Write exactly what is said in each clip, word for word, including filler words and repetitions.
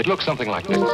It looks something like this.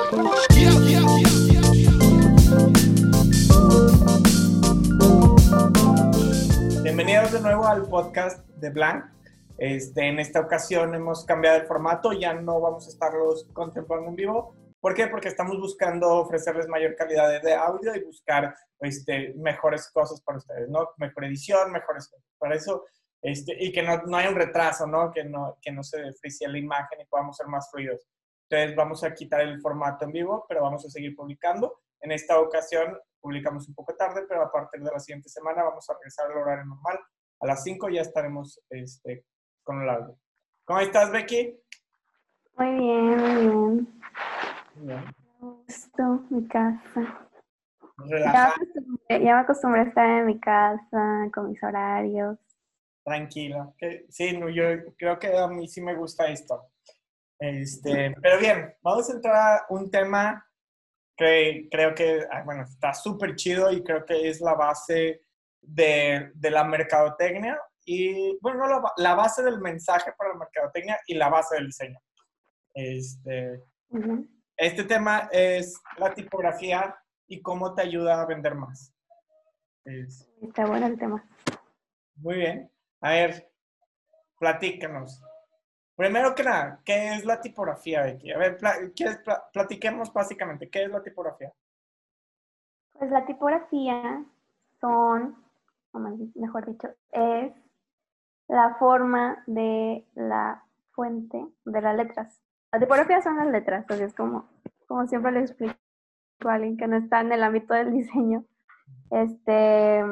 Bienvenidos de nuevo al podcast de Blanc. Este, en esta ocasión hemos cambiado el formato, ya no vamos a estarlos contemplando en vivo. ¿Por qué? Porque estamos buscando ofrecerles mayor calidad de, de audio y buscar este, mejores cosas para ustedes, ¿no? Mejor edición, mejores cosas. Para eso, este, y que no, no haya un retraso, ¿no? Que no, que no se fricie la imagen y podamos ser más fluidos. Entonces vamos a quitar el formato en vivo, pero vamos a seguir publicando. En esta ocasión publicamos un poco tarde, pero a partir de la siguiente semana vamos a regresar al horario normal. A las cinco ya estaremos este, con el audio. ¿Cómo estás, Becky? Muy bien, muy bien. Bien. Me gustó mi casa. Relajada. Ya me, acostumbré, ya me acostumbré a estar en mi casa, con mis horarios. Tranquila. Que, sí, no, yo creo que a mí sí me gusta esto. Este, pero bien, vamos a entrar a un tema que creo que, bueno, está súper chido y creo que es la base de, de la mercadotecnia y, bueno, no la, la base del mensaje para la mercadotecnia y la base del diseño. Este, Uh-huh. este tema es la tipografía y cómo te ayuda a vender más. Es, Está bueno el tema. muy bien. A ver, platícanos. Primero que nada, ¿qué es la tipografía, Becky? A ver, pl- ¿quieres pl- platiquemos básicamente. ¿Qué es la tipografía? Pues la tipografía son, o más bien, mejor dicho, es la forma de la fuente de las letras. La tipografía son las letras, así es como, como siempre le explico a alguien que no está en el ámbito del diseño. Este,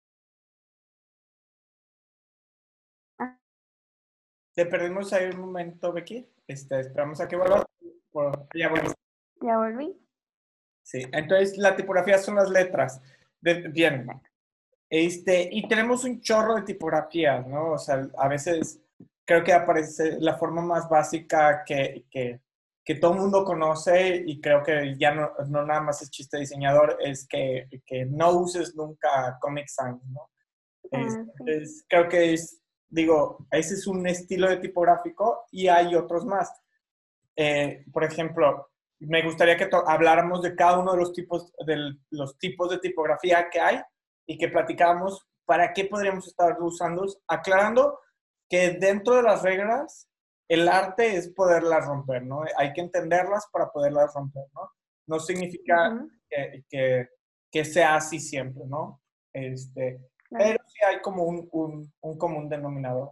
Te perdimos ahí un momento, Becky. Este, esperamos a que vuelva. Por- Ya volví. ya volví. Sí, entonces la tipografía son las letras. De- bien. Este, y tenemos un chorro de tipografías, ¿no? O sea, a veces creo que aparece la forma más básica que, que, que todo el mundo conoce y creo que ya no, no nada más es chiste diseñador, es que, que no uses nunca Comic Sans, ¿no? Ah, Es- sí. Entonces, creo que es, digo, ese es un estilo de tipográfico y hay otros más. Eh, por ejemplo, me gustaría que to- habláramos de cada uno de los tipos, de los tipos de tipografía que hay y que platicáramos para qué podríamos estar usando, aclarando que dentro de las reglas el arte es poderlas romper, ¿no? Hay que entenderlas para poderlas romper, ¿no? No significa Ujú, que, que, que sea así siempre, ¿no? Este, claro. pero sí hay como un, un, un común denominador.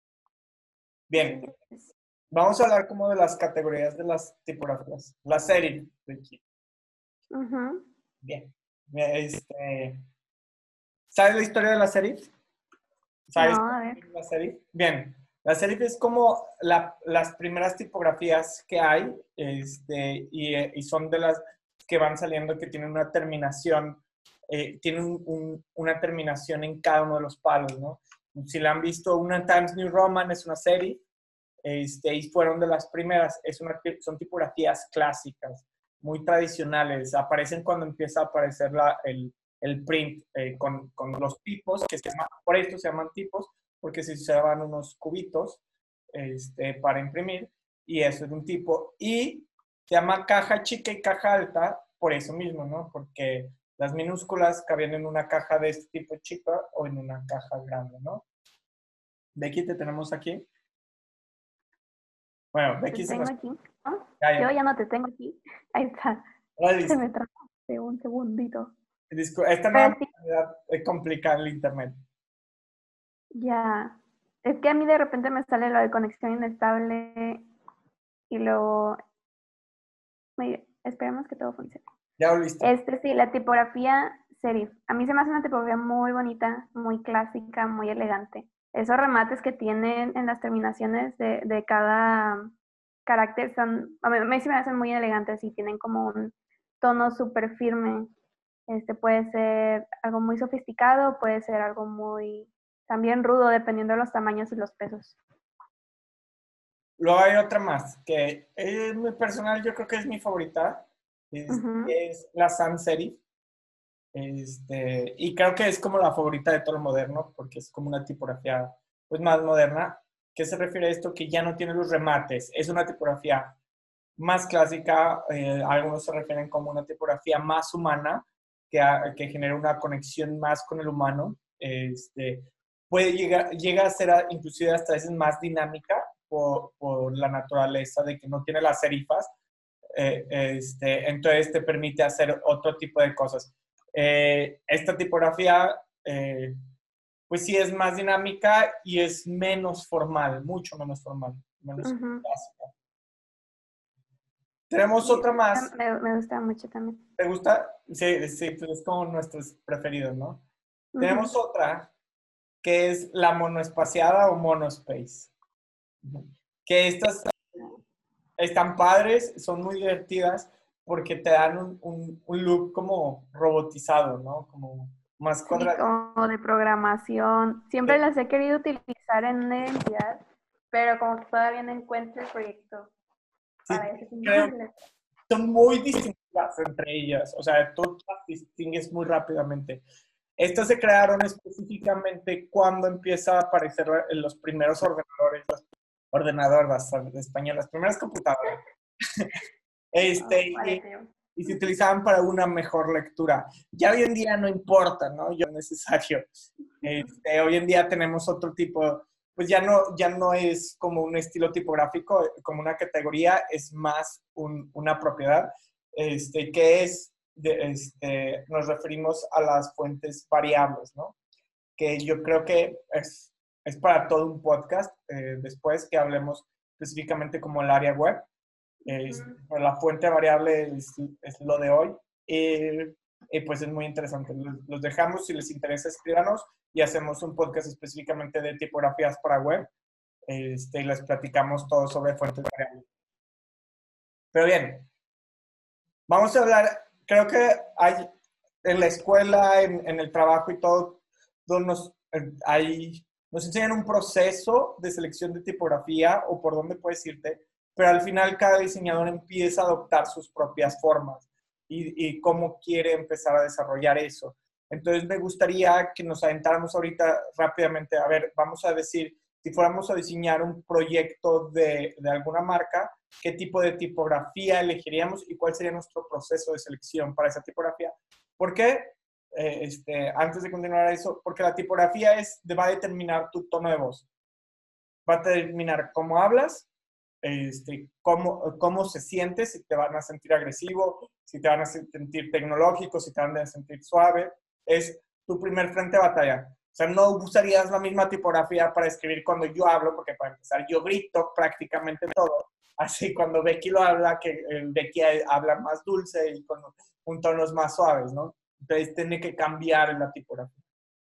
Bien, vamos a hablar como de las categorías de las tipografías. La serie de aquí. Ujú. Bien. Este, ¿sabes la historia de la serif? ¿Sabes No, a qué ver. es la serif? Bien. La serif es como la, las primeras tipografías que hay este, y, y son de las que van saliendo que tienen una terminación, eh, tienen un, un, una terminación en cada uno de los palos, ¿no? Si la han visto, una Times New Roman es una serif. Este, y fueron de las primeras. Es una, son tipografías clásicas, muy tradicionales. Aparecen cuando empieza a aparecer la, el, el print eh, con, con los tipos, que se llama, por esto se llaman tipos, porque se usaban unos cubitos este, para imprimir, y eso es un tipo. Y se llama caja chica y caja alta por eso mismo, ¿no? Porque las minúsculas cabían en una caja de este tipo chica o en una caja grande, ¿no? Becky, te tenemos aquí. Bueno, Becky Te se tengo nos... aquí, ¿no? Ya, ya. Yo ya no te tengo aquí. Ahí está. Hola, Se listo. me trabó de un segundito. Discu- Esta Pero nueva sí, modalidad es complicada el internet. ya. Es que a mí de repente me sale lo de conexión inestable y luego... me- Esperemos que todo funcione. Ya volviste. Este sí, la tipografía serif. A mí se me hace una tipografía muy bonita, muy clásica, muy elegante. Esos remates que tienen en las terminaciones de, de cada carácter son, a mí, a mí sí me hacen muy elegantes y tienen como un tono súper firme. Este puede ser algo muy sofisticado, puede ser algo muy también rudo, dependiendo de los tamaños y los pesos. Luego hay otra más, que es muy personal, yo creo que es mi favorita. Es, Ujú. es la sans serif. Este, y creo que es como la favorita de todo lo moderno, porque es como una tipografía pues, más moderna. ¿Qué se refiere a esto? Que ya no tiene los remates. Es una tipografía más clásica, eh, algunos se refieren como una tipografía más humana, que, a, que genera una conexión más con el humano. Este, puede llegar, llega a ser a, inclusive hasta veces más dinámica por, por la naturaleza de que no tiene las serifas. Eh, este, entonces te permite hacer otro tipo de cosas. Eh, esta tipografía, eh, pues sí es más dinámica y es menos formal, mucho menos formal, menos Ujú. clásica. Tenemos otra más. Me, me gusta mucho también. ¿Te gusta? Sí, sí, pues es como nuestros preferidos, ¿no? Ujú. Tenemos otra que es la monoespaciada o monospace. Que estas están padres, son muy divertidas porque te dan un, un, un look como robotizado, ¿no? Como más Sí, cuadrado. como de programación. Siempre las he querido utilizar en una identidad, pero como que todavía no encuentro el proyecto Sí, para ese fin de creo que semana. son muy distintas entre ellas, o sea, tú las distingues muy rápidamente. Estas se crearon específicamente cuando empieza a aparecer en los primeros ordenadores, los ordenadores de español, las primeras computadoras. Oh, Este, y, parece yo. y se utilizaban para una mejor lectura. Ya hoy en día no importa, ¿no? Ya no es necesario. Este, hoy en día tenemos otro tipo, pues ya no, ya no es como un estilo tipográfico, como una categoría, es más un, una propiedad, este, que es, de, este, nos referimos a las fuentes variables, ¿no? Que yo creo que es, es para todo un podcast, eh, después que hablemos específicamente como el área web. Es, Ujú. la fuente variable es, es lo de hoy. Eh, y pues es muy interesante. Los, los dejamos, si les interesa, escríbanos y hacemos un podcast específicamente de tipografías para web. Este, y les platicamos todo sobre fuentes variables. Pero bien, vamos a hablar, creo que hay en la escuela, en, en el trabajo y todo, nos, hay, nos enseñan un proceso de selección de tipografía o por dónde puedes irte, pero al final cada diseñador empieza a adoptar sus propias formas y, y cómo quiere empezar a desarrollar eso. Entonces me gustaría que nos aventáramos ahorita rápidamente, a ver, vamos a decir, si fuéramos a diseñar un proyecto de, de alguna marca, qué tipo de tipografía elegiríamos y cuál sería nuestro proceso de selección para esa tipografía. ¿Por qué? Eh, este, antes de continuar eso, porque la tipografía es, va a determinar tu tono de voz. Va a determinar cómo hablas, este, cómo, cómo se siente, si te van a sentir agresivo, si te van a sentir tecnológico, si te van a sentir suave. Es tu primer frente de batalla. O sea, no usarías la misma tipografía para escribir cuando yo hablo, porque para empezar yo grito prácticamente todo. Así cuando Becky lo habla, que eh, Becky habla más dulce y con un tonos más suaves, ¿no? Entonces tiene que cambiar la tipografía.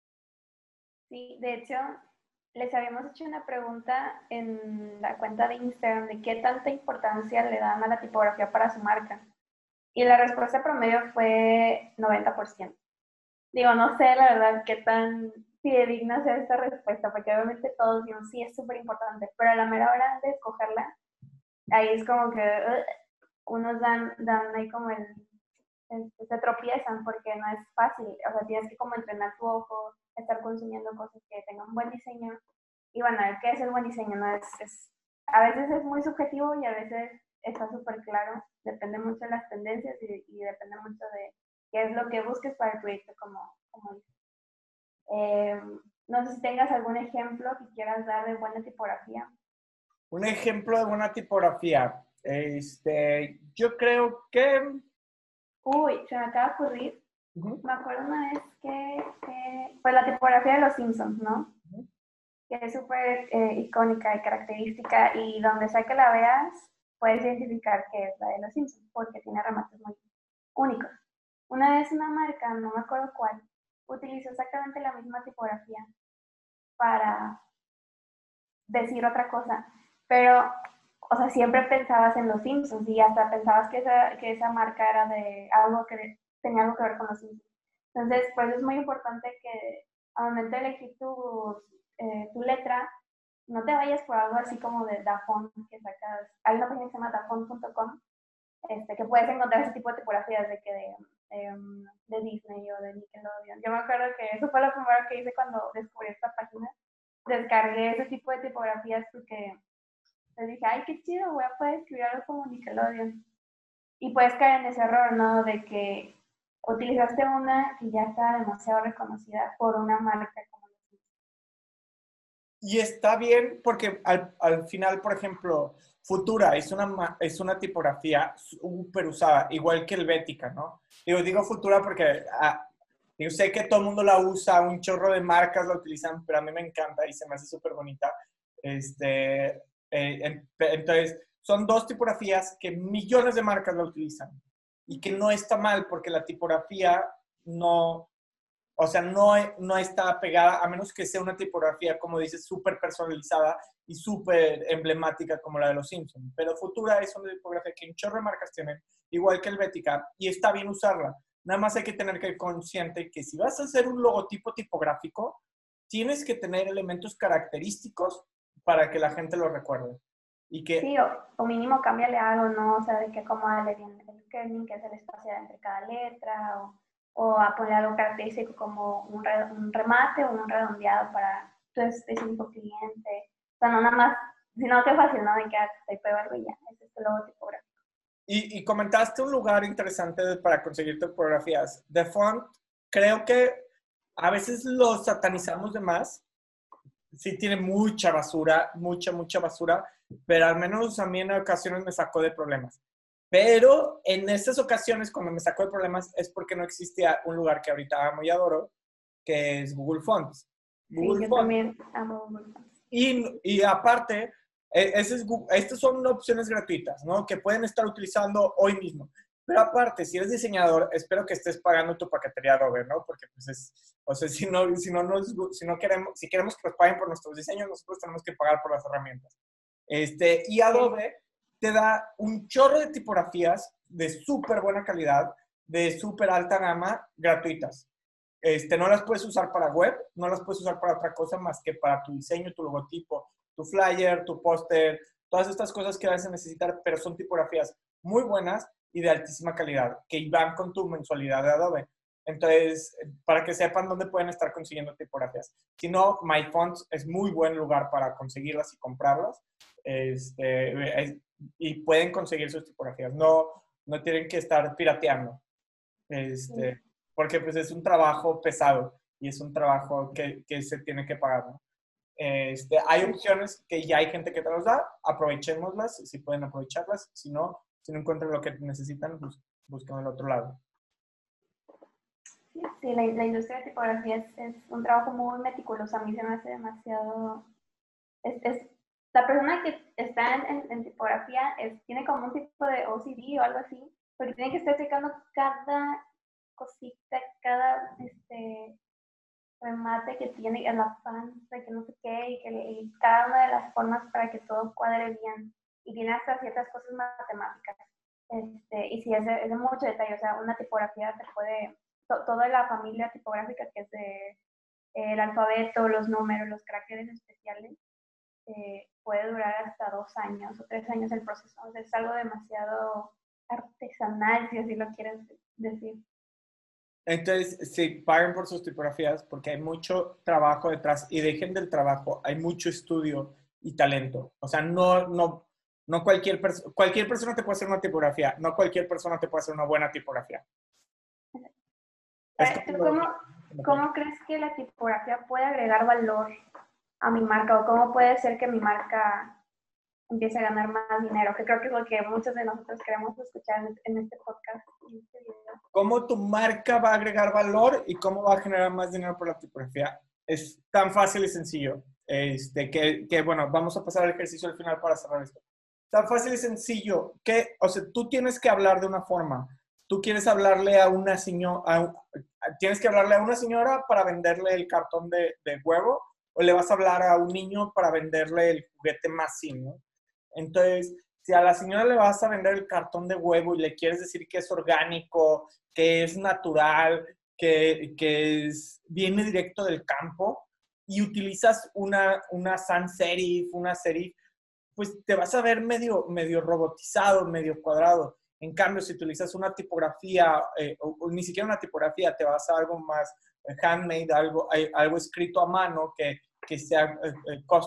Sí, de hecho, les habíamos hecho una pregunta en la cuenta de Instagram de qué tanta importancia le dan a la tipografía para su marca. Y la respuesta promedio fue noventa por ciento. Digo, no sé la verdad qué tan fidedigna sea esta respuesta, porque obviamente todos digo, sí, es súper importante, pero a la mera hora de escogerla, ahí es como que uh, unos dan, dan ahí como el, el, se tropiezan porque no es fácil, o sea, tienes que como entrenar tu ojo, estar consumiendo cosas que tengan un buen diseño, y bueno, ¿qué es el buen diseño? No es, es a veces es muy subjetivo y a veces está súper claro, depende mucho de las tendencias y, y depende mucho de qué es lo que busques para el proyecto, como, como dices. Eh, no sé si tengas algún ejemplo que quieras dar de buena tipografía. Un ejemplo de buena tipografía. Este, yo creo que... Uy, se me acaba de ocurrir. Uh-huh. Me acuerdo una vez que, que pues la tipografía de los Simpsons, ¿no? Uh-huh. Que es súper eh, icónica y característica y donde sea que la veas, puedes identificar que es la de los Simpsons porque tiene remates muy únicos. Una vez una marca, no me acuerdo cuál, utilizó exactamente la misma tipografía para decir otra cosa, pero, o sea, siempre pensabas en los Simpsons y hasta pensabas que esa, que esa marca era de algo que tenía algo que ver con los Simpsons. Entonces, pues es muy importante que al momento de elegir tu, eh, tu letra, no te vayas por algo así como de Dafont que sacas. Hay una página que se llama dafont punto com, este, que puedes encontrar ese tipo de tipografías de que de, de, de Disney o de Nickelodeon. Yo me acuerdo que eso fue lo primero que hice cuando descubrí esta página. Descargué ese tipo de tipografías porque Entonces dije, ay, qué chido, voy a poder escribir algo como Nickelodeon. Y puedes caer en ese error, ¿no? De que utilizaste una que ya está demasiado reconocida por una marca como la tuya. Y está bien porque al, al final, por ejemplo, Futura es una, es una tipografía súper usada, igual que Helvética, ¿no? Digo, digo Futura porque ah, yo sé que todo el mundo la usa, un chorro de marcas la utilizan, pero a mí me encanta y se me hace súper bonita. Este, eh, en, entonces, son dos tipografías que millones de marcas la utilizan y que no está mal porque la tipografía no, o sea, no, no está pegada, a menos que sea una tipografía, como dices, súper personalizada y súper emblemática como la de los Simpsons. Pero Futura es una tipografía que un chorro de marcas tienen, igual que Helvética, y está bien usarla. Nada más hay que tener que ser consciente que si vas a hacer un logotipo tipográfico, tienes que tener elementos característicos para que la gente lo recuerde. Y que, sí, o, o mínimo cámbiale algo, ¿no? O sea, de que acomodale bien el kerning, que es el espacio entre cada letra, o, o a poner algo característico como un, re, un remate o un redondeado para tu específico cliente. O sea, no nada más, sino que fácil, ¿no? De que te pego algo y ya, ese es el logo tipográfico. y, y comentaste un lugar interesante para conseguir tipografías. The Font, creo que a veces lo satanizamos de más. Sí tiene mucha basura, mucha, mucha basura, pero al menos a mí en ocasiones me sacó de problemas. Pero en esas ocasiones, cuando me sacó de problemas, es porque no existía un lugar que ahorita amo y adoro, que es Google Fonts. Google Sí, yo Fonts. también amo Google Fonts. Y, y aparte, ese es, estas son opciones gratuitas, ¿no? Que pueden estar utilizando hoy mismo. Pero aparte, si eres diseñador, espero que estés pagando tu paquetería Adobe, ¿no? Porque, pues, es, o sea, si no, si no, nos, si no queremos, si queremos que nos paguen por nuestros diseños, nosotros tenemos que pagar por las herramientas. Este, y Adobe te da un chorro de tipografías de súper buena calidad, de súper alta gama, gratuitas. Este, no las puedes usar para web, no las puedes usar para otra cosa más que para tu diseño, tu logotipo, tu flyer, tu póster, todas estas cosas que vas a necesitar, pero son tipografías muy buenas y de altísima calidad, que van con tu mensualidad de Adobe. Entonces, para que sepan dónde pueden estar consiguiendo tipografías. Si no, MyFonts es muy buen lugar para conseguirlas y comprarlas. Este, es, y pueden conseguir sus tipografías. No, no tienen que estar pirateando. Este, sí. Porque pues es un trabajo pesado y es un trabajo que, que se tiene que pagar, ¿no? Este, hay opciones que ya hay gente que te los da, aprovechémoslas, si pueden aprovecharlas, si no, si no encuentran lo que necesitan, bus busquen al otro lado. Sí, la, la industria de tipografía es, es un trabajo muy meticuloso, a mí se me hace demasiado... Es, es, la persona que está en, en, en tipografía es, tiene como un tipo de O C D o algo así, porque tiene que estar checando cada cosita, cada este, remate que tiene en la panza, que no sé qué, y, que, y cada una de las formas para que todo cuadre bien. Y tiene hasta ciertas cosas matemáticas. Este, y sí, es de, es de mucho detalle. O sea, una tipografía te puede... To, toda la familia tipográfica que es de, eh, el alfabeto, los números, los caracteres especiales, eh, puede durar hasta dos años o tres años el proceso. O sea, es algo demasiado artesanal, si así lo quieres decir. Entonces, sí, paguen por sus tipografías porque hay mucho trabajo detrás y dejen del trabajo, hay mucho estudio y talento. O sea, no, no, no cualquier, pers cualquier persona te puede hacer una tipografía, no cualquier persona te puede hacer una buena tipografía. Es ¿Tú cómo, cómo crees que la tipografía puede agregar valor a mi marca o cómo puede ser que mi marca empiece a ganar más dinero? Que creo que es lo que muchos de nosotros queremos escuchar en este podcast, en este video. ¿Cómo tu marca va a agregar valor y cómo va a generar más dinero por la tipografía? Es tan fácil y sencillo. Este, que, que, bueno, vamos a pasar al ejercicio al final para cerrar esto. Tan fácil y sencillo que, o sea, tú tienes que hablar de una forma. Tú quieres hablarle a una señora, tienes que hablarle a una señora para venderle el cartón de, de huevo, o le vas a hablar a un niño para venderle el juguete más sim, ¿no? Entonces, si a la señora le vas a vender el cartón de huevo y le quieres decir que es orgánico, que es natural, que, que es, viene directo del campo, y utilizas una, una sans serif, una serif, pues te vas a ver medio, medio robotizado, medio cuadrado. En cambio, si utilizas una tipografía, eh, o, o ni siquiera una tipografía, te vas a algo más handmade, algo, algo escrito a mano que, que sea eh, custom,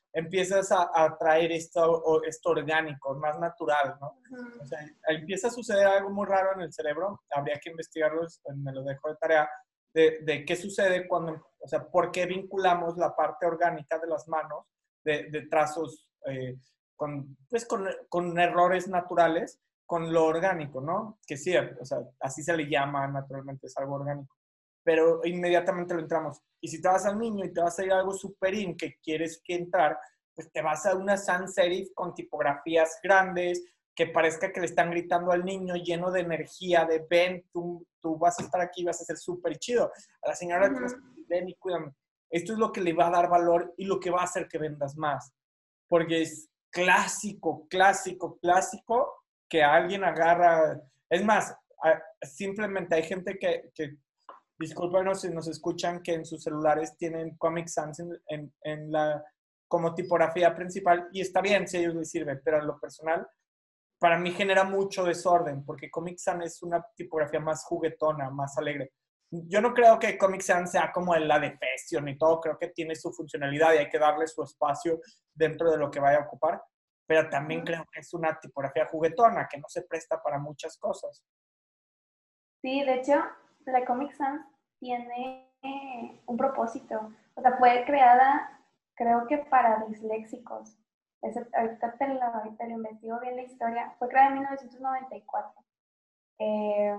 empiezas a, a traer esto, esto orgánico, más natural, ¿no? Uh-huh. O sea, empieza a suceder algo muy raro en el cerebro, habría que investigarlo, me lo dejo de tarea, de, de qué sucede cuando, o sea, por qué vinculamos la parte orgánica de las manos, de, de trazos eh, con, pues con, con errores naturales, con lo orgánico, ¿no? Que sí, o sea, así se le llama naturalmente, es algo orgánico. Pero inmediatamente lo entramos. Y si te vas al niño y te vas a ir a algo superín que quieres que entrar, pues te vas a una sans serif con tipografías grandes, que parezca que le están gritando al niño lleno de energía, de ven, tú, tú vas a estar aquí, vas a ser súper chido. A la señora, uh-huh. ven y cuídame. Esto es lo que le va a dar valor y lo que va a hacer que vendas más. Porque es clásico, clásico, clásico que alguien agarra. Es más, simplemente hay gente que, que discúlpanos si nos escuchan, que en sus celulares tienen Comic Sans en, en, en la, como tipografía principal, y está bien si a ellos les sirve, pero en lo personal, para mí genera mucho desorden, porque Comic Sans es una tipografía más juguetona, más alegre. Yo no creo que Comic Sans sea como la de Fashion y todo, creo que tiene su funcionalidad y hay que darle su espacio dentro de lo que vaya a ocupar, pero también creo que es una tipografía juguetona, que no se presta para muchas cosas. Sí, de hecho, la Comic Sans tiene un propósito. O sea, fue creada, creo que para disléxicos. Ese, ahorita, te lo, ahorita lo investigo bien la historia. Fue creada en mil novecientos noventa y cuatro. Eh,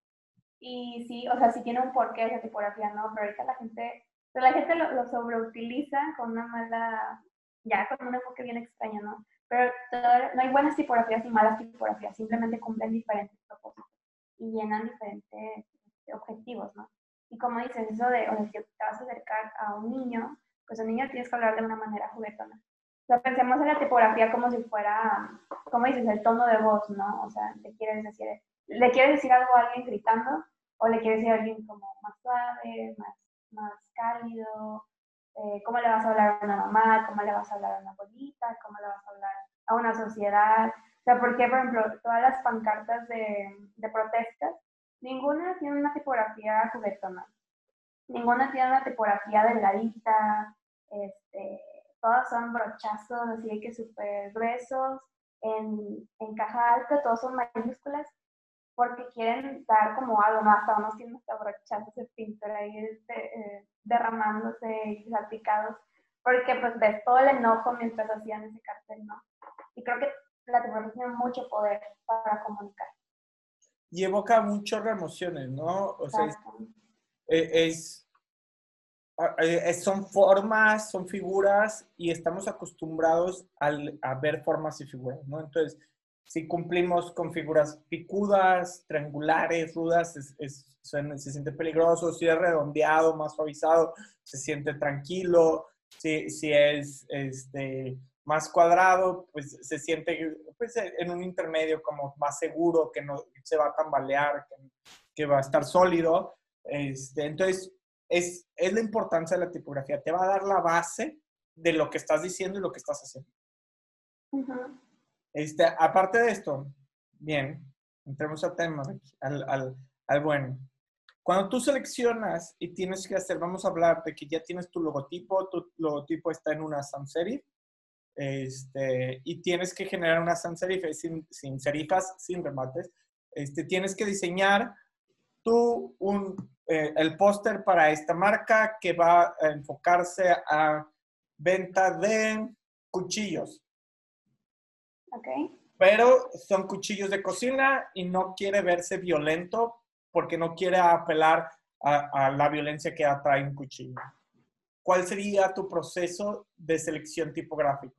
y sí, o sea, sí tiene un porqué esa tipografía, ¿no? Pero ahorita la gente, pero la gente lo, lo sobreutiliza con una mala, ya con un enfoque bien extraño, ¿no? Pero todo, no hay buenas tipografías ni malas tipografías, simplemente cumplen diferentes propósitos y llenan diferentes objetivos, ¿no? Y como dices, eso de, o sea, que te vas a acercar a un niño, pues a un niño tienes que hablar de una manera juguetona. O sea, pensemos en la tipografía como si fuera, como dices, el tono de voz, ¿no? O sea, le quieres decir, le quieres decir algo a alguien gritando, o le quieres decir a alguien como más suave, más, más cálido, eh, cómo le vas a hablar a una mamá, cómo le vas a hablar a una abuelita, cómo le vas a hablar a una sociedad. O sea, porque, por ejemplo, todas las pancartas de, de protestas, ninguna tiene una tipografía juguetona, ninguna tiene una tipografía delgadita, este, todas son brochazos, así que súper gruesos, en, en caja alta, todos son mayúsculas, porque quieren dar como algo, ¿no? Hasta unos tienen hasta brochazos de pintura ahí este, eh, derramándose y salpicados, porque pues ves todo el enojo mientras hacían ese cartel, ¿no? Y creo que la tipografía tiene mucho poder para comunicar. Y evoca muchas emociones, ¿no? O sea, es, es, es, son formas, son figuras y estamos acostumbrados al, a ver formas y figuras, ¿no? Entonces, si cumplimos con figuras picudas, triangulares, rudas, es, es, se, se siente peligroso. Si es redondeado, más suavizado, se siente tranquilo. Si, si es este, más cuadrado, pues se siente pues, en un intermedio como más seguro, que no se va a tambalear, que, que va a estar sólido. Este, entonces, es, es la importancia de la tipografía. Te va a dar la base de lo que estás diciendo y lo que estás haciendo. Uh-huh. Este, aparte de esto, bien, entremos al tema, al, al, al bueno. Cuando tú seleccionas y tienes que hacer, vamos a hablar de que ya tienes tu logotipo, tu logotipo está en una sans serif, este, y tienes que generar una sans serif sin, sin serifas, sin remates. Este, tienes que diseñar tú un, eh, el póster para esta marca que va a enfocarse a venta de cuchillos. Ok. Pero son cuchillos de cocina y no quiere verse violento porque no quiere apelar a, a la violencia que atrae un cuchillo. ¿Cuál sería tu proceso de selección tipográfica?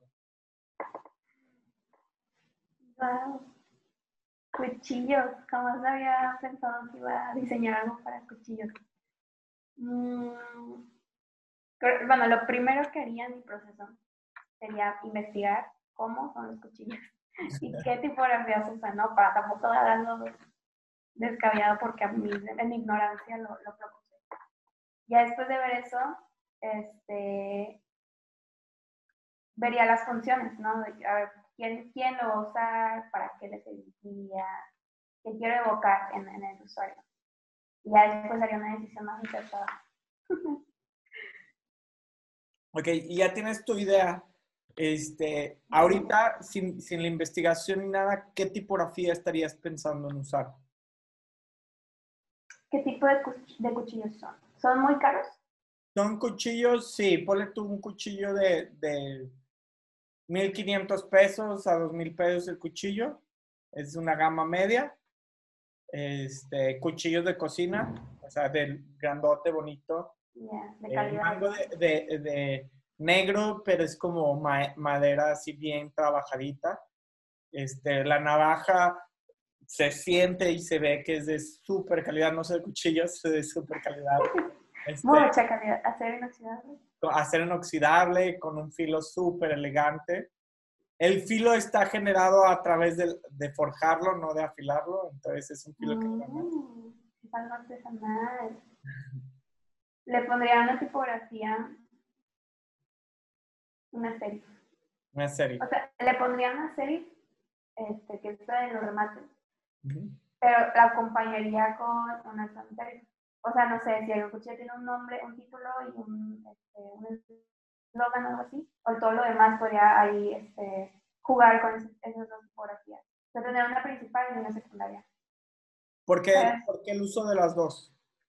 Wow. Cuchillos. Jamás había pensado que iba a diseñar algo para cuchillos. Mm, bueno, lo primero que haría en mi proceso sería investigar cómo son los cuchillos y qué tipografías usan, ¿no? Para tampoco dar algo descabellado porque a mí en mi ignorancia lo, lo propuse. Ya después de ver eso, este, vería las funciones, ¿no? A ver, ¿quién, quién lo va a usar? ¿Para qué le serviría? ¿Qué quiero evocar en, en el usuario? Y ya después haría una decisión más acertada. Ok, y ya tienes tu idea Este, ahorita, sin, sin la investigación ni nada, ¿qué tipografía estarías pensando en usar? ¿Qué tipo de, cuch de cuchillos son? ¿Son muy caros? Son cuchillos, sí, ponle tú un cuchillo de, de mil quinientos pesos a dos mil pesos el cuchillo. Es una gama media. Este, cuchillos de cocina, o sea, del grandote, bonito. Yeah, de El calidad, mango ¿no? de, de, de negro, pero es como ma madera así bien trabajadita. Este, la navaja se siente y se ve que es de súper calidad, no sé de cuchillos, es de súper calidad. Este, Mucha calidad. Acero inoxidable. acero inoxidable, con un filo súper elegante. El filo está generado a través de, de forjarlo, no de afilarlo, entonces es un filo que Mmm, es algo artesanal. Le pondría una tipografía, una serie. no es serio. O sea, le pondría una serie, este, que es la de los remates, Uh -huh. pero la acompañaría con una sans serif. O sea, no sé, si el cuchillo tiene un nombre, un título y un, este, un eslogan o algo así, o todo lo demás podría ahí este, jugar con esas, esas dos tipografías. O sea, tener una principal y una secundaria. ¿Por qué, ¿Sabes? ¿Por qué el uso de las dos?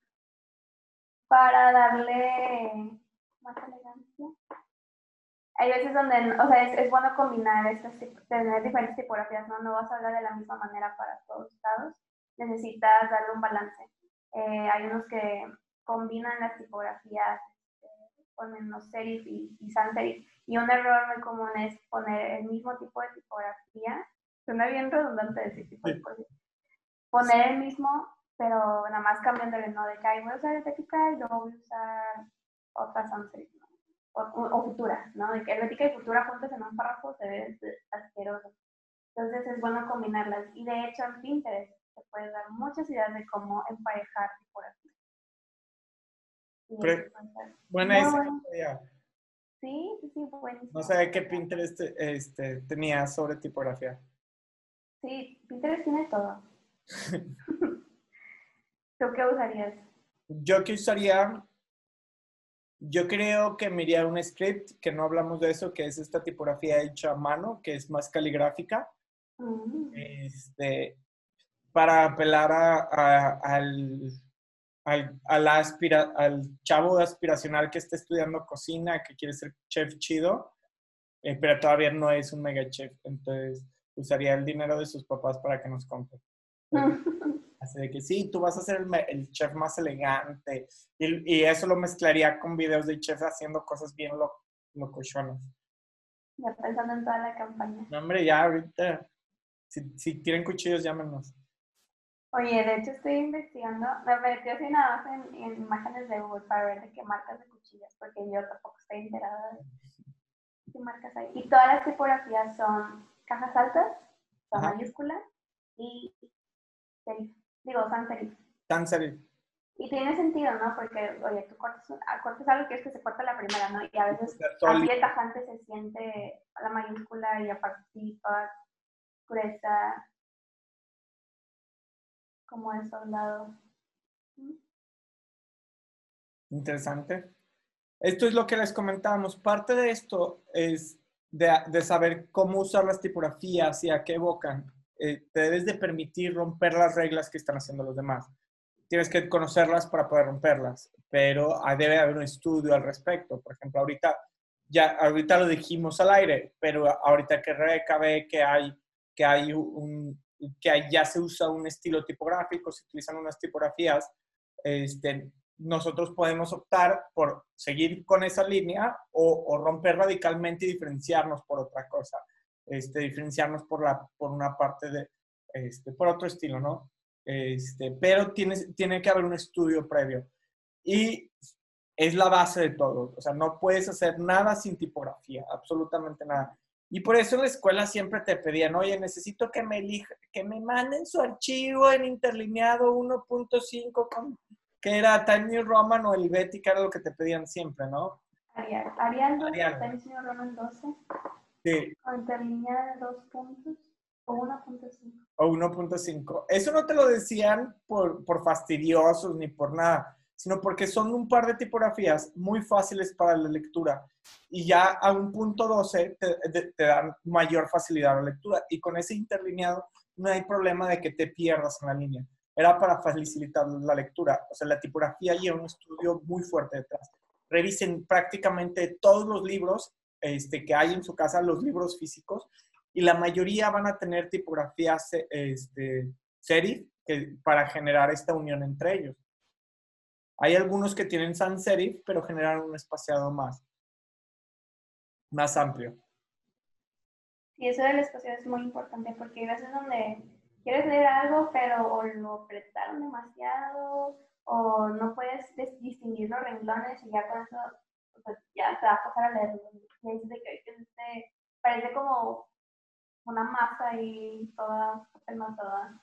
Para darle más elegancia. Hay veces donde, o sea, es, es bueno combinar estas, tener diferentes tipografías, ¿no? No vas a hablar de la misma manera para todos lados. Necesitas darle un balance. Eh, hay unos que combinan las tipografías, eh, ponen los serif y, y sans serif. Y un error muy común es poner el mismo tipo de tipografía. Suena bien redundante decir tipo de tipografía. Poner el mismo, pero nada más cambiándole, ¿no? De que ahí voy a usar Helvética y luego voy a usar otra sans serif, ¿no? O, o, futura, ¿no? De que Helvética y Futura juntas en un párrafo se ve asqueroso. Entonces es bueno combinarlas. Y de hecho en Pinterest te puedes dar muchas ideas de cómo emparejar tipografías. Pero, buena muy esa bueno. idea. Sí, sí, sí, buenísimo. No sé qué Pinterest este, tenía sobre tipografía. Sí, Pinterest tiene todo. ¿Tú qué usarías? Yo qué usaría, yo creo que me iría a un script, que no hablamos de eso, que es esta tipografía hecha a mano, que es más caligráfica, Mm. este, para apelar a, a, al, al, a la aspira, al chavo aspiracional que está estudiando cocina, que quiere ser chef chido, eh, pero todavía no es un mega chef, entonces usaría el dinero de sus papás para que nos compre. Así de que sí, tú vas a ser el, el chef más elegante. Y, y, eso lo mezclaría con videos de chefs haciendo cosas bien lo, locochonas. Ya pensando en toda la campaña. No, hombre, ya ahorita, si, si quieren cuchillos, llámenos. Oye, de hecho estoy investigando, me metí así nada más en, en imágenes de Google para ver de qué marcas de cuchillas, porque yo tampoco estoy enterada de qué marcas hay. Y todas las tipografías son cajas altas, son mayúsculas y serif. Digo, sans serif. Sans serif. Y tiene sentido, ¿no? Porque, oye, tú cortas, cortas algo que es que se corta la primera, ¿no? Y a veces así de tajante se siente la mayúscula y aparte sí, toda gruesa, como de soldado. Interesante. Esto es lo que les comentábamos. Parte de esto es de, de saber cómo usar las tipografías y a qué evocan. Eh, te debes de permitir romper las reglas que están haciendo los demás. Tienes que conocerlas para poder romperlas, pero debe haber un estudio al respecto. Por ejemplo, ahorita, ya, ahorita lo dijimos al aire, pero ahorita que Rebeca ve que hay, que hay un, que hay, ya se usa un estilo tipográfico, se utilizan unas tipografías, este, nosotros podemos optar por seguir con esa línea o, o romper radicalmente y diferenciarnos por otra cosa, este, diferenciarnos por, la, por una parte de, este, por otro estilo, ¿no? Este, pero tiene, tiene que haber un estudio previo y es la base de todo, o sea, no puedes hacer nada sin tipografía, absolutamente nada. Y por eso en la escuela siempre te pedían, oye, necesito que me, elija, que me manden su archivo en interlineado uno punto cinco, con, que era Times New Roman o Helvética, era lo que te pedían siempre, ¿no? Arial, Arial doce, Times New Roman doce. Sí. O interlineada de dos puntos o uno punto cinco. O uno punto cinco. Eso no te lo decían por, por fastidiosos ni por nada. sino porque son un par de tipografías muy fáciles para la lectura y ya a un punto doce te, te, te dan mayor facilidad a la lectura y con ese interlineado no hay problema de que te pierdas en la línea. Era para facilitar la lectura. O sea, la tipografía lleva un estudio muy fuerte detrás. Revisen prácticamente todos los libros este, que hay en su casa, los libros físicos, y la mayoría van a tener tipografías este, serif que, para generar esta unión entre ellos. Hay algunos que tienen sans serif, pero generan un espaciado más, más amplio. Sí, eso del espaciado es muy importante porque hay veces donde quieres leer algo, pero o lo apretaron demasiado o no puedes distinguir los renglones y ya con eso pues, ya te va a pasar a leerlo. Y ahí de que, que este, parece como una masa y toda toda.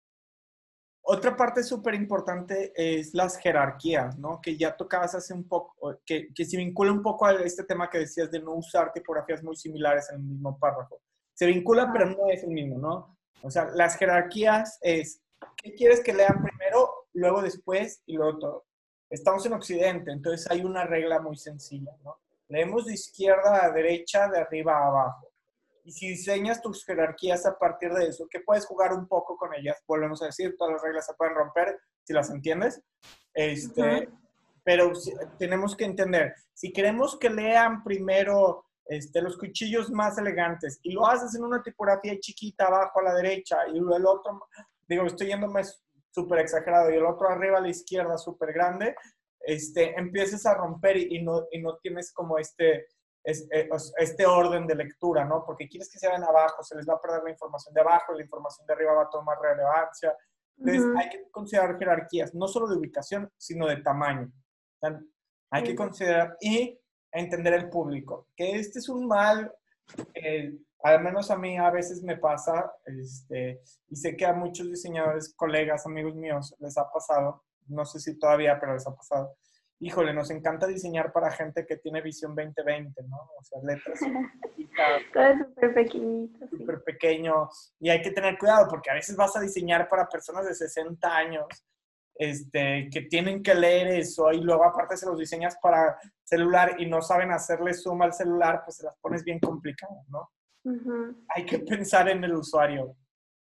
Otra parte súper importante es las jerarquías, ¿no? Que ya tocabas hace un poco, que, que se vincula un poco a este tema que decías de no usar tipografías muy similares en el mismo párrafo. Se vincula, pero no es el mismo, ¿no? O sea, las jerarquías es, ¿qué quieres que lean primero, luego después y luego todo? Estamos en Occidente, entonces hay una regla muy sencilla, ¿no? Leemos de izquierda a derecha, de arriba a abajo. Y si diseñas tus jerarquías a partir de eso, que puedes jugar un poco con ellas, volvemos a decir, todas las reglas se pueden romper si las entiendes, este, uh-huh. Pero si, tenemos que entender, si queremos que lean primero este, los cuchillos más elegantes y lo haces en una tipografía chiquita abajo a la derecha y el otro, digo, estoy yéndome súper exagerado, y el otro arriba a la izquierda súper grande, este, empiezas a romper y, y, no, y no tienes como este... Es, es, este orden de lectura, ¿no? Porque quieres que se vean abajo, se les va a perder la información de abajo, la información de arriba va a tomar relevancia. Entonces, uh-huh. hay que considerar jerarquías, no solo de ubicación, sino de tamaño. O sea, hay uh-huh. que considerar y entender el público, que este es un mal, eh, al menos a mí a veces me pasa, este, y sé que a muchos diseñadores, colegas, amigos míos, les ha pasado, no sé si todavía, pero les ha pasado. Híjole, nos encanta diseñar para gente que tiene visión veinte veinte, ¿no? O sea, letras todo es súper pequeñito. Súper sí. pequeño. Y hay que tener cuidado porque a veces vas a diseñar para personas de sesenta años este, que tienen que leer eso y luego aparte se los diseñas para celular y no saben hacerle zoom al celular, pues se las pones bien complicadas, ¿no? Uh-huh. Hay que pensar en el usuario.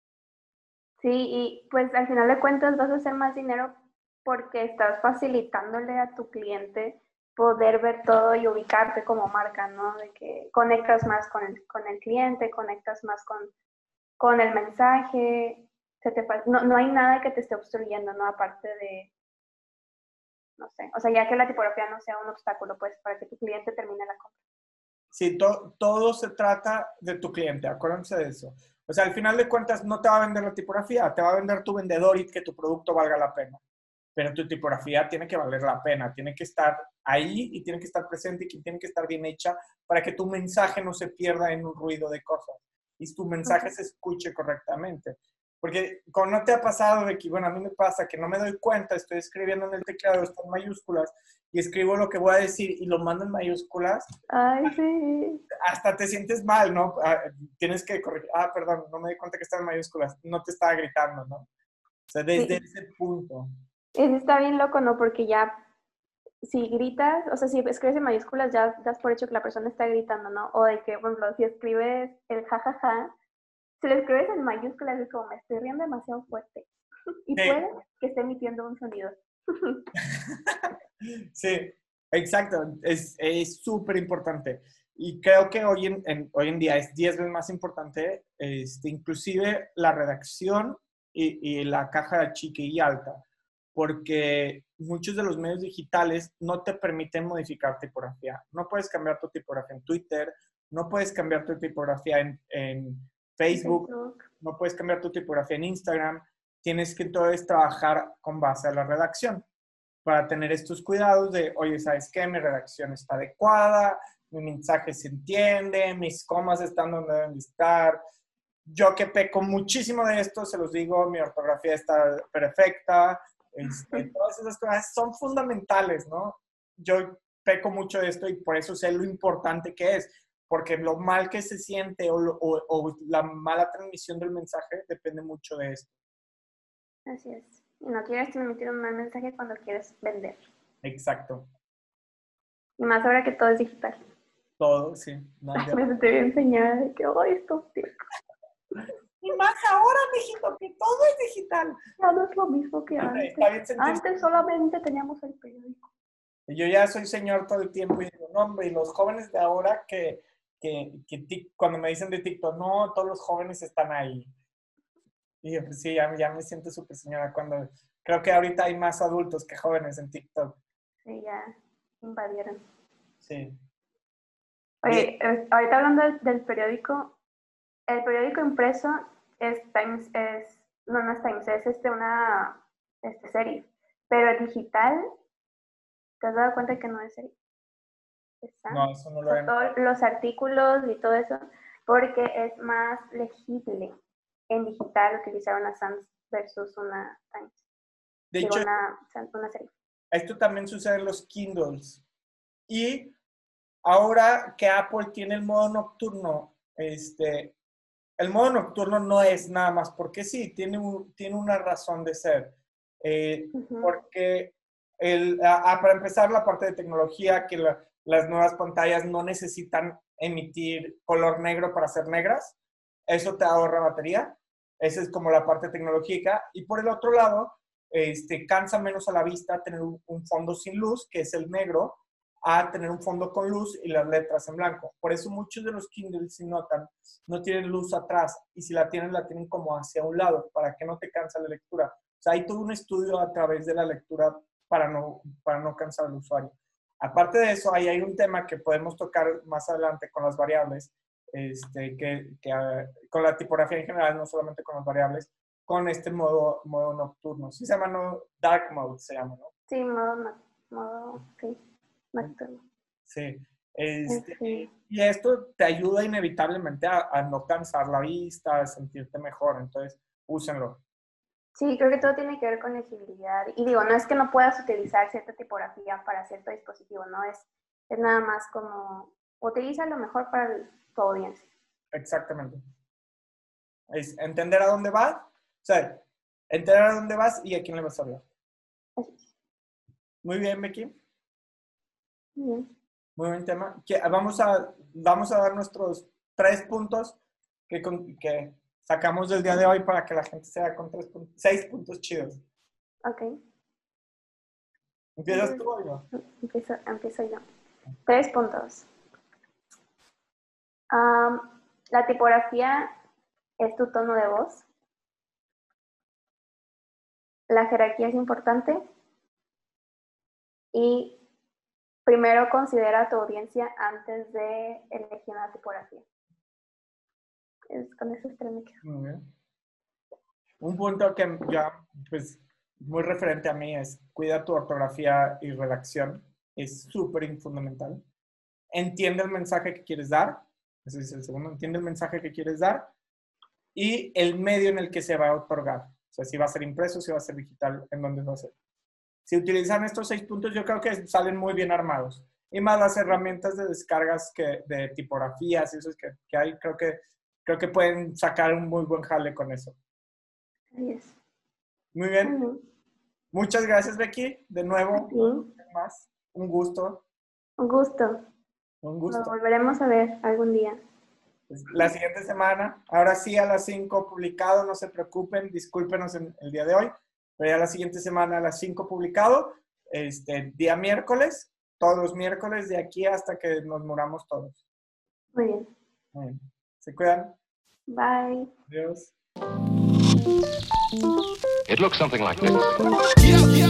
Sí, y pues al final de cuentas vas a hacer más dinero porque estás facilitándole a tu cliente poder ver todo y ubicarte como marca, ¿no? De que conectas más con el, con el cliente, conectas más con, con el mensaje, se te, no, no hay nada que te esté obstruyendo, ¿no? Aparte de, no sé, o sea, ya que la tipografía no sea un obstáculo, pues, para que tu cliente termine la compra. Sí, to, todo se trata de tu cliente, acuérdense de eso. O sea, al final de cuentas no te va a vender la tipografía, te va a vender tu vendedor y que tu producto valga la pena. Pero tu tipografía tiene que valer la pena, tiene que estar ahí y tiene que estar presente y tiene que estar bien hecha para que tu mensaje no se pierda en un ruido de cosas y tu mensaje uh-huh. se escuche correctamente. Porque como no te ha pasado de que, bueno, a mí me pasa que no me doy cuenta, estoy escribiendo en el teclado, está en mayúsculas y escribo lo que voy a decir y lo mando en mayúsculas. Ay, sí. Hasta te sientes mal, ¿no? Tienes que corregir, ah, perdón, no me di cuenta que está en mayúsculas, no te estaba gritando, ¿no? O sea, desde sí. ese punto. Eso está bien loco, ¿no? Porque ya, si gritas, o sea, si escribes en mayúsculas, ya das por hecho que la persona está gritando, ¿no? O de que, por ejemplo, si escribes el jajaja, ja, ja, si lo escribes en mayúsculas es como, me estoy riendo demasiado fuerte. Y sí. puede que esté emitiendo un sonido. Sí, exacto. Es súper importante. Y creo que hoy en, en, hoy en día es diez veces más importante, este, inclusive la redacción y, y la caja chica y alta. Porque muchos de los medios digitales no te permiten modificar tipografía. No puedes cambiar tu tipografía en Twitter, no puedes cambiar tu tipografía en, en Facebook, Facebook, no puedes cambiar tu tipografía en Instagram. Tienes que entonces trabajar con base a la redacción para tener estos cuidados de, oye, ¿sabes qué? Mi redacción está adecuada, mi mensaje se entiende, mis comas están donde deben estar. Yo que peco muchísimo de esto, se los digo, mi ortografía está perfecta. Este, todas esas cosas son fundamentales, ¿no? Yo peco mucho de esto y por eso sé lo importante que es, porque lo mal que se siente o, o, o la mala transmisión del mensaje depende mucho de esto. Así es. Y no quieres transmitir un mal mensaje cuando quieres vender. Exacto. Y más ahora que todo es digital. Todo, sí. No, ya... Me sentí bien enseñada de que, oh, esto, tío. Y más ahora, mijito, que todo es digital. Ya no es lo mismo que antes. Antes solamente teníamos el periódico. Y yo ya soy señor todo el tiempo y digo, no, hombre, y los jóvenes de ahora que, que, que tic, cuando me dicen de TikTok, no, todos los jóvenes están ahí. Y yo, pues sí, ya, ya me siento súper señora cuando creo que ahorita hay más adultos que jóvenes en TikTok. Sí, ya invadieron. Sí. Oye, eh, ahorita hablando del, del periódico, el periódico impreso es Times, es, no, no es Times, es este, una este, serie, pero el digital, ¿te has dado cuenta que no es serie? ¿Está? No, eso no lo he Todos los artículos y todo eso, porque es más legible en digital utilizar una Sans versus una Times. De Digo, hecho, una, una serie. Esto también sucede en los Kindles. Y ahora que Apple tiene el modo nocturno, este, el modo nocturno no es nada más porque sí, tiene, un, tiene una razón de ser. Eh, uh-huh. Porque, el, a, a, para empezar, la parte de tecnología, que la, las nuevas pantallas no necesitan emitir color negro para ser negras, eso te ahorra batería. Esa es como la parte tecnológica. Y por el otro lado, este, cansa menos a la vista tener un, un fondo sin luz, que es el negro, a tener un fondo con luz y las letras en blanco. Por eso muchos de los Kindle, si notan, no tienen luz atrás, y si la tienen, la tienen como hacia un lado, para que no te canse la lectura. O sea, hay todo un estudio a través de la lectura para no, para no cansar al usuario. Aparte de eso, ahí hay un tema que podemos tocar más adelante con las variables, este, que, que uh, con la tipografía en general, no solamente con las variables, con este modo, modo nocturno. Sí se llama no, dark mode, se llama, ¿no? Sí, modo, modo, sí. Sí. Este, sí. Y esto te ayuda inevitablemente a, a no cansar la vista, a sentirte mejor. Entonces, úsenlo. Sí, creo que todo tiene que ver con legibilidad. Y digo, no es que no puedas utilizar cierta tipografía para cierto dispositivo, ¿no? Es, es nada más como, utiliza lo mejor para el, tu audiencia. Exactamente. Es entender a dónde vas, o sea, entender a dónde vas y a quién le vas a hablar. Así. Muy bien, Becky. Muy bien. Muy buen tema. Vamos a, vamos a dar nuestros tres puntos que, que sacamos del día de hoy para que la gente sea con tres puntos, seis puntos chidos. Ok. ¿Empiezas tú o yo? Empiezo, empiezo yo. Tres puntos. Um, la tipografía es tu tono de voz. La jerarquía es importante. Y primero considera a tu audiencia antes de elegir una tipografía. Es, con esos tres me quedo. Muy bien. Un punto que ya, pues, muy referente a mí es cuida tu ortografía y redacción. Es súper fundamental. Entiende el mensaje que quieres dar. Ese es el segundo. Entiende el mensaje que quieres dar. Y el medio en el que se va a otorgar. O sea, si va a ser impreso, si va a ser digital, en dónde va a ser. Si utilizan estos seis puntos, yo creo que salen muy bien armados. Y más las herramientas de descargas que, de tipografías y eso es que, que hay, creo que, creo que pueden sacar un muy buen jale con eso. Así es. Muy bien. Uh-huh. Muchas gracias, Becky. De nuevo, sí. más. Un gusto. Un gusto. Un gusto. Nos volveremos a ver algún día. La siguiente semana, ahora sí a las cinco publicado, no se preocupen, discúlpenos en el día de hoy, pero ya la siguiente semana a las cinco publicado, este, día miércoles, todos los miércoles de aquí hasta que nos muramos todos. Muy bien. Muy bien. ¿Se cuidan? Bye. Adiós. It looks something like this.